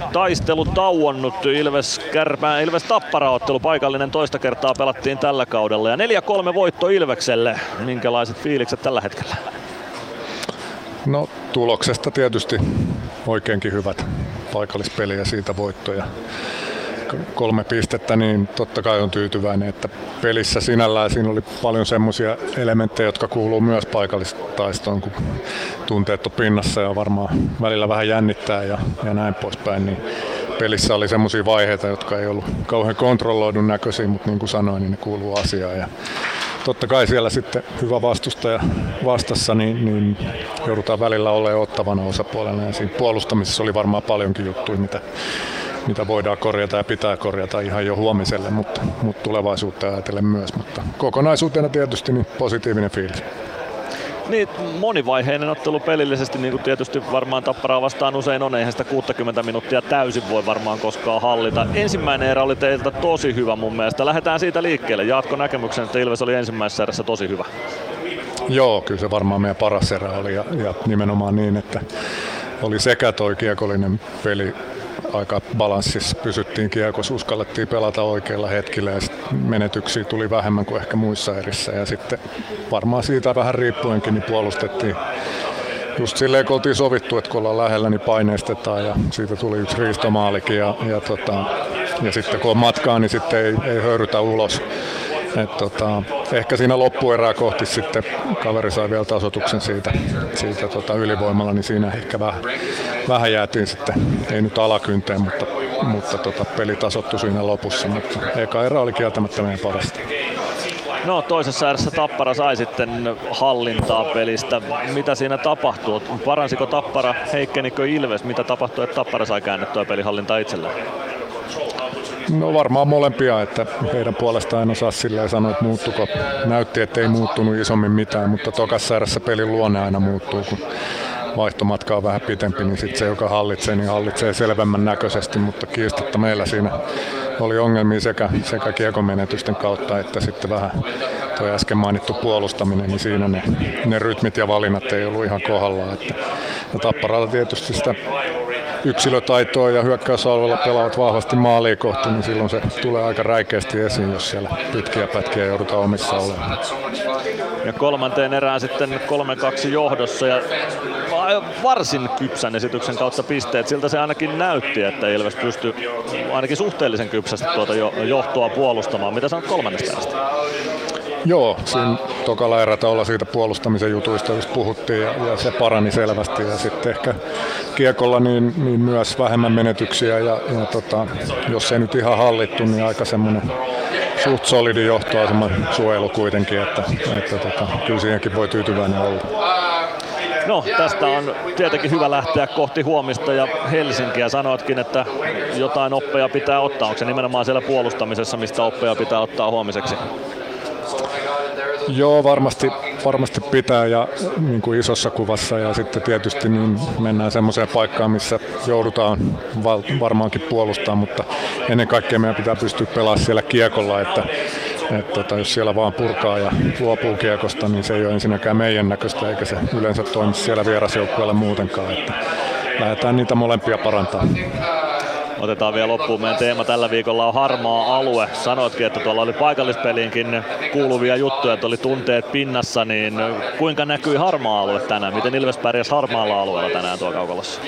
taistelu tauonnut. Ilves Tappara-ottelu paikallinen toista kertaa pelattiin tällä kaudella ja 4-3 voitto Ilvekselle. Minkälaiset fiilikset tällä hetkellä? No tuloksesta tietysti oikeinkin hyvät, paikallispeli ja siitä voittoja. 3 pistettä, niin totta kai on tyytyväinen, että pelissä sinällään siinä oli paljon semmoisia elementtejä, jotka kuuluu myös paikallistaistoon, kun tunteet on pinnassa ja varmaan välillä vähän jännittää ja näin poispäin, niin pelissä oli semmoisia vaiheita, jotka ei ollut kauhean kontrolloidun näköisiä, mutta niin kuin sanoin, niin ne kuuluu asiaan. Ja totta kai siellä sitten hyvä vastustaja vastassa, niin joudutaan välillä olemaan ottavana osapuolena ja siinä puolustamisessa oli varmaan paljonkin juttuja, mitä voidaan korjata ja pitää korjata ihan jo huomiselle, mutta tulevaisuutta ajatellen myös. Mutta kokonaisuutena tietysti niin positiivinen fiilis. Niin, monivaiheinen ottelu pelillisesti, niin kuin tietysti varmaan Tapparaa vastaan usein on, eihän sitä 60 minuuttia täysin voi varmaan koskaan hallita. Ensimmäinen erä oli teiltä tosi hyvä mun mielestä. Lähdetään siitä liikkeelle. Jaatko näkemyksen, että Ilves oli ensimmäisessä erässä tosi hyvä? Joo, kyllä se varmaan meidän paras erä oli ja nimenomaan niin, että oli sekä toi kiekollinen peli, aika balanssissa pysyttiin kiekossa, uskallettiin pelata oikeilla hetkillä ja menetyksiä tuli vähemmän kuin ehkä muissa erissä ja sitten varmaan siitä vähän riippuenkin niin puolustettiin just silleen, kun oltiin sovittu, että kun ollaan lähellä, niin paineistetaan ja siitä tuli yksi riistomaalikin ja sitten kun on matkaa, niin sitten ei höyrytä ulos. Ehkä siinä loppuerää kohti sitten kaveri sai vielä tasoituksen siitä ylivoimalla, niin siinä ehkä vähän jäätiin sitten, ei nyt alakynteen, mutta peli tasoittui siinä lopussa, mutta eka erä oli kieltämättä meidän parasta. No toisessa erässä Tappara sai sitten hallintaa pelistä. Mitä siinä tapahtui? Paransiko Tappara, heikkenikö Ilves? Mitä tapahtui, että Tappara sai käännettyä pelihallintaa itselleen? No varmaan molempia, että heidän puolestaan en osaa silleen sanoa, että muuttuko. Näytti, että ei muuttunut isommin mitään, mutta tokassa erässä pelin luonne aina muuttuu, kun vaihtomatka on vähän pitempi, niin sitten se, joka hallitsee, niin hallitsee selvemmän näköisesti, mutta kiistatta meillä siinä oli ongelmia sekä kiekomenetysten kautta, että sitten vähän tuo äsken mainittu puolustaminen, niin siinä ne rytmit ja valinnat ei ollut ihan kohdallaan. Ja Tapparalla tietysti sitä yksilötaitoa ja hyökkäysalueella pelaavat vahvasti maalia kohti, niin silloin se tulee aika räikeästi esiin, jos siellä pitkiä pätkiä joudutaan omissa olemaan. Ja kolmanteen erään sitten 3-2 johdossa ja varsin kypsän esityksen kautta pisteet. Siltä se ainakin näytti, että Ilves pystyi ainakin suhteellisen kypsästi tuota johtoa puolustamaan. Mitä sanot kolmannesta erästä? Joo, siinä tokalla erätaululla siitä puolustamisen jutuista just puhuttiin ja se parani selvästi ja sitten ehkä kiekolla niin myös vähemmän menetyksiä ja jos ei nyt ihan hallittu, niin aika semmoinen suht solidi johtoasema suojelu kuitenkin, että kyllä siihenkin voi tyytyväinen olla. No, tästä on tietenkin hyvä lähteä kohti huomista ja Helsinkiä. Sanoitkin, että jotain oppeja pitää ottaa. Onko se nimenomaan siellä puolustamisessa, mistä oppeja pitää ottaa huomiseksi? Joo, varmasti pitää ja niin kuin isossa kuvassa ja sitten tietysti niin mennään semmoiseen paikkaan, missä joudutaan varmaankin puolustamaan, mutta ennen kaikkea meidän pitää pystyä pelaamaan siellä kiekolla, että jos siellä vaan purkaa ja luopuu kiekosta, niin se ei ole ensinnäkään meidän näköistä eikä se yleensä toimi siellä vierasjoukkueella muutenkaan, että lähdetään niitä molempia parantaa. Otetaan vielä loppuun. Meidän teema tällä viikolla on harmaa alue. Sanoitkin, että tuolla oli paikallispeliinkin kuuluvia juttuja, että oli tunteet pinnassa, niin kuinka näkyi harmaa alue tänään? Miten Ilves pärjäsi harmaalla alueella tänään tuo Kaukalossa?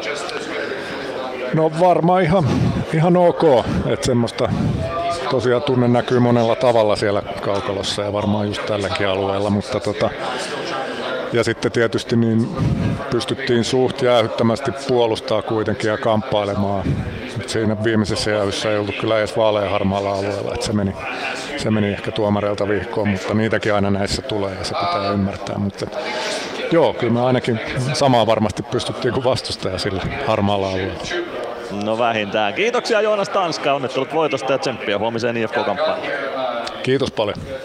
No varmaan ihan ok, että semmoista tosiaan tunne näkyy monella tavalla siellä Kaukalossa ja varmaan just tälläkin alueella, mutta ja sitten tietysti niin pystyttiin suht jäähyttömästi puolustaa kuitenkin ja kamppailemaan. Siinä viimeisessä jäähyssä ei ollut kyllä edes vaalean harmaalla alueella, että se meni ehkä tuomareilta vihkoon, mutta niitäkin aina näissä tulee ja se pitää ymmärtää. Mutta joo, kyllä me ainakin samaa varmasti pystyttiin kuin vastustaja sillä harmaalla alueella. No vähintään. Kiitoksia Joonas Tanska, onnittelut voitosta ja tsemppiä huomiseen IFK-kamppailuun. Kiitos paljon.